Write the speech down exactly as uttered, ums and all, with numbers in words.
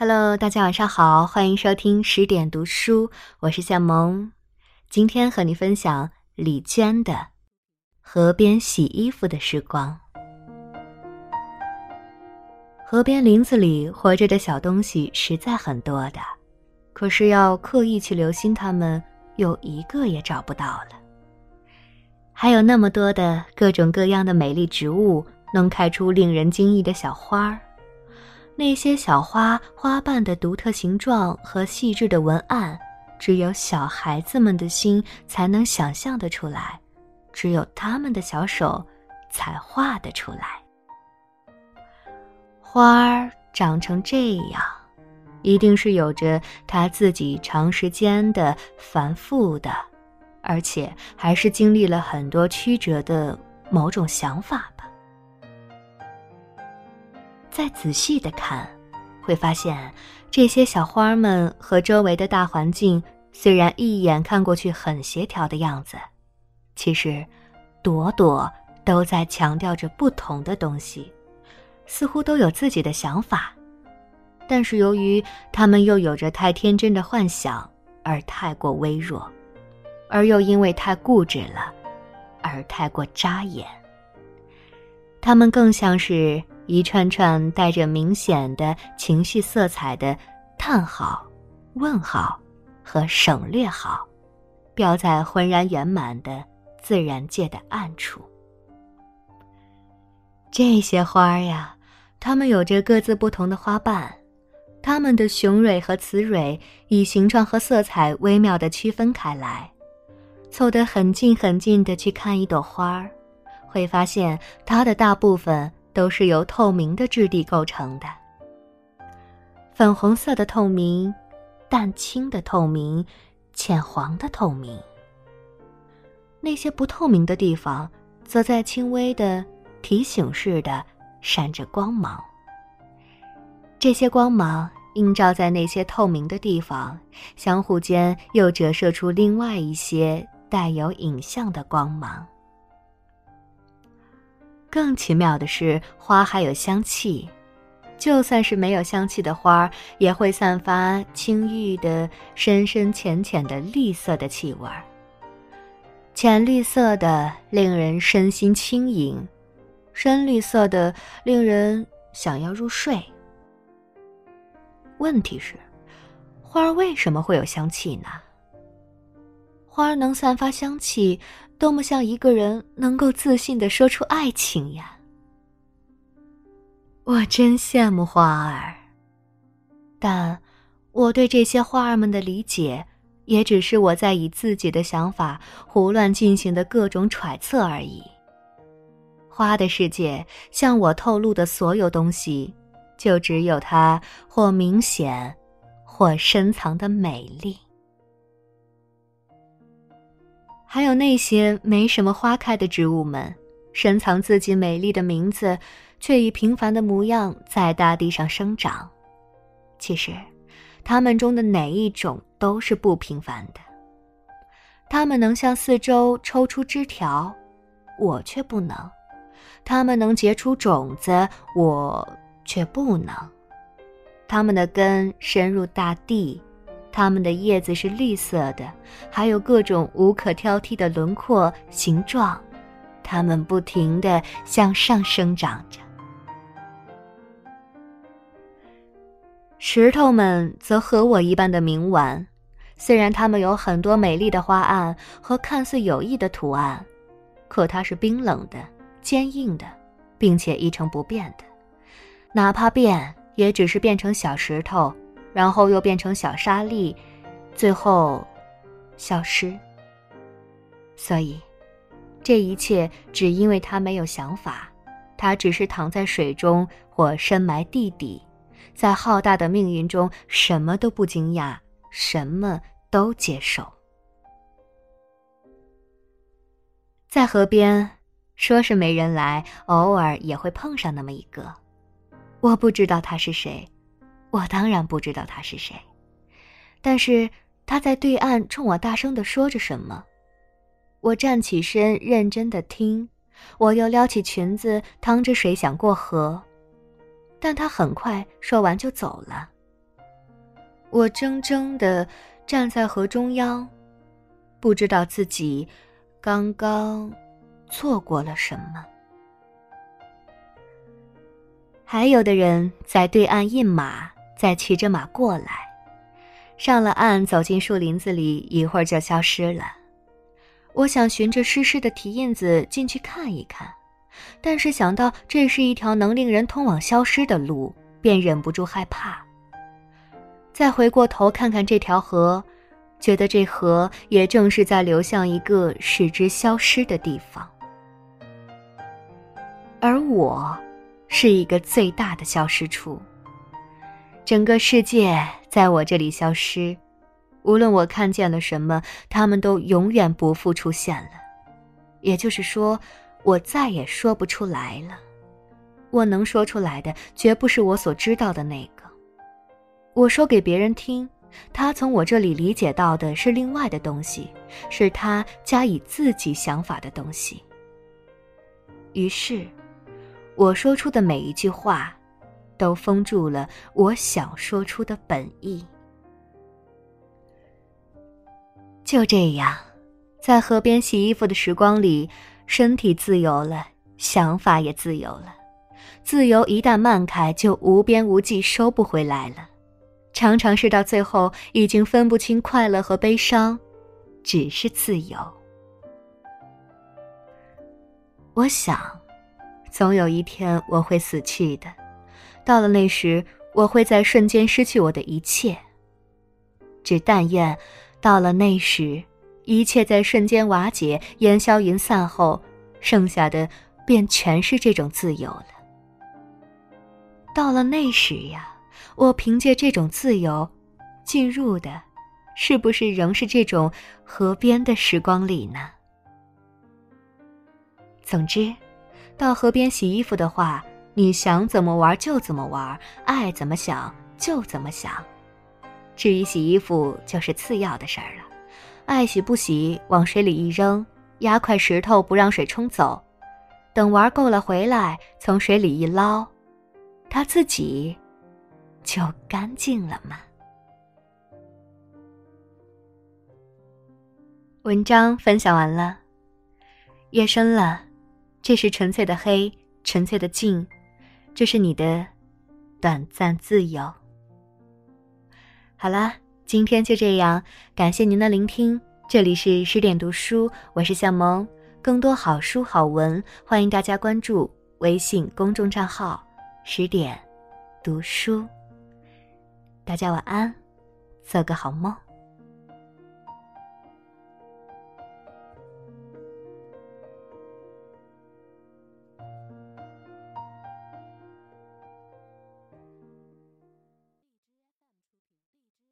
Hello， 大家晚上好，欢迎收听十点读书，我是夏萌。今天和你分享李娟的《河边洗衣服的时光》。河边林子里活着的小东西实在很多的，可是要刻意去留心它们，有一个也找不到了。还有那么多的各种各样的美丽植物，能开出令人惊异的小花儿。那些小花花瓣的独特形状和细致的文案，只有小孩子们的心才能想象得出来，只有他们的小手才画得出来。花儿长成这样，一定是有着它自己长时间的繁复的，而且还是经历了很多曲折的某种想法吧。再仔细地看，会发现这些小花们和周围的大环境虽然一眼看过去很协调的样子，其实朵朵都在强调着不同的东西，似乎都有自己的想法，但是由于它们又有着太天真的幻想而太过微弱，而又因为太固执了而太过扎眼。它们更像是一串串带着明显的情绪色彩的叹号、问号和省略号，标在浑然圆满的自然界的暗处。这些花呀，它们有着各自不同的花瓣，它们的雄蕊和雌蕊以形状和色彩微妙地区分开来。凑得很近很近地去看一朵花，会发现它的大部分都是由透明的质地构成的。粉红色的透明，淡青的透明，浅黄的透明。那些不透明的地方，则在轻微的提醒似的闪着光芒。这些光芒映照在那些透明的地方，相互间又折射出另外一些带有影像的光芒。更奇妙的是，花还有香气，就算是没有香气的花，也会散发青郁的深深浅浅的绿色的气味，浅绿色的令人身心轻盈，深绿色的令人想要入睡。问题是，花为什么会有香气呢？花能散发香气，多么像一个人能够自信地说出爱情呀！我真羡慕花儿，但我对这些花儿们的理解，也只是我在以自己的想法胡乱进行的各种揣测而已。花的世界向我透露的所有东西，就只有它或明显，或深藏的美丽。还有那些没什么花开的植物们，深藏自己美丽的名字，却以平凡的模样在大地上生长。其实，它们中的哪一种都是不平凡的。它们能向四周抽出枝条，我却不能；它们能结出种子，我却不能。它们的根深入大地，它们的叶子是绿色的，还有各种无可挑剔的轮廓、形状，它们不停地向上生长着。石头们则和我一般的冥顽，虽然它们有很多美丽的花案和看似有意的图案，可它是冰冷的、坚硬的，并且一成不变的，哪怕变，也只是变成小石头，然后又变成小沙粒，最后消失。所以这一切只因为它没有想法，它只是躺在水中或深埋地底，在浩大的命运中什么都不惊讶，什么都接受。在河边，说是没人来，偶尔也会碰上那么一个。我不知道他是谁，我当然不知道他是谁，但是他在对岸冲我大声地说着什么。我站起身认真地听，我又撩起裙子趟着水想过河，但他很快说完就走了。 我怔怔地站在河中央，不知道自己刚刚错过了什么。还有的人在对岸印马，再骑着马过来，上了岸走进树林子里，一会儿就消失了。我想循着湿湿的蹄印子进去看一看，但是想到这是一条能令人通往消失的路，便忍不住害怕。再回过头看看这条河，觉得这河也正是在流向一个使之消失的地方。而我是一个最大的消失处，整个世界在我这里消失，无论我看见了什么，它们都永远不复出现了。也就是说，我再也说不出来了。我能说出来的，绝不是我所知道的那个。我说给别人听，他从我这里理解到的是另外的东西，是他加以自己想法的东西。于是我说出的每一句话都封住了我想说出的本意。就这样，在河边洗衣服的时光里，身体自由了，想法也自由了。自由一旦漫开，就无边无际，收不回来了。常常是到最后已经分不清快乐和悲伤，只是自由。我想总有一天我会死去的，到了那时，我会在瞬间失去我的一切。只但愿到了那时，一切在瞬间瓦解，烟消云散后，剩下的便全是这种自由了。到了那时呀，我凭借这种自由进入的，是不是仍是这种河边的时光里呢？总之，到河边洗衣服的话，你想怎么玩就怎么玩，爱怎么想就怎么想。至于洗衣服，就是次要的事儿了。爱洗不洗，往水里一扔，压块石头不让水冲走，等玩够了回来，从水里一捞，它自己就干净了嘛。文章分享完了。夜深了，这是纯粹的黑，纯粹的静，这是你的短暂自由。好啦，今天就这样，感谢您的聆听，这里是十点读书，我是向萌，更多好书好文，欢迎大家关注微信公众账号十点读书。大家晚安，做个好梦。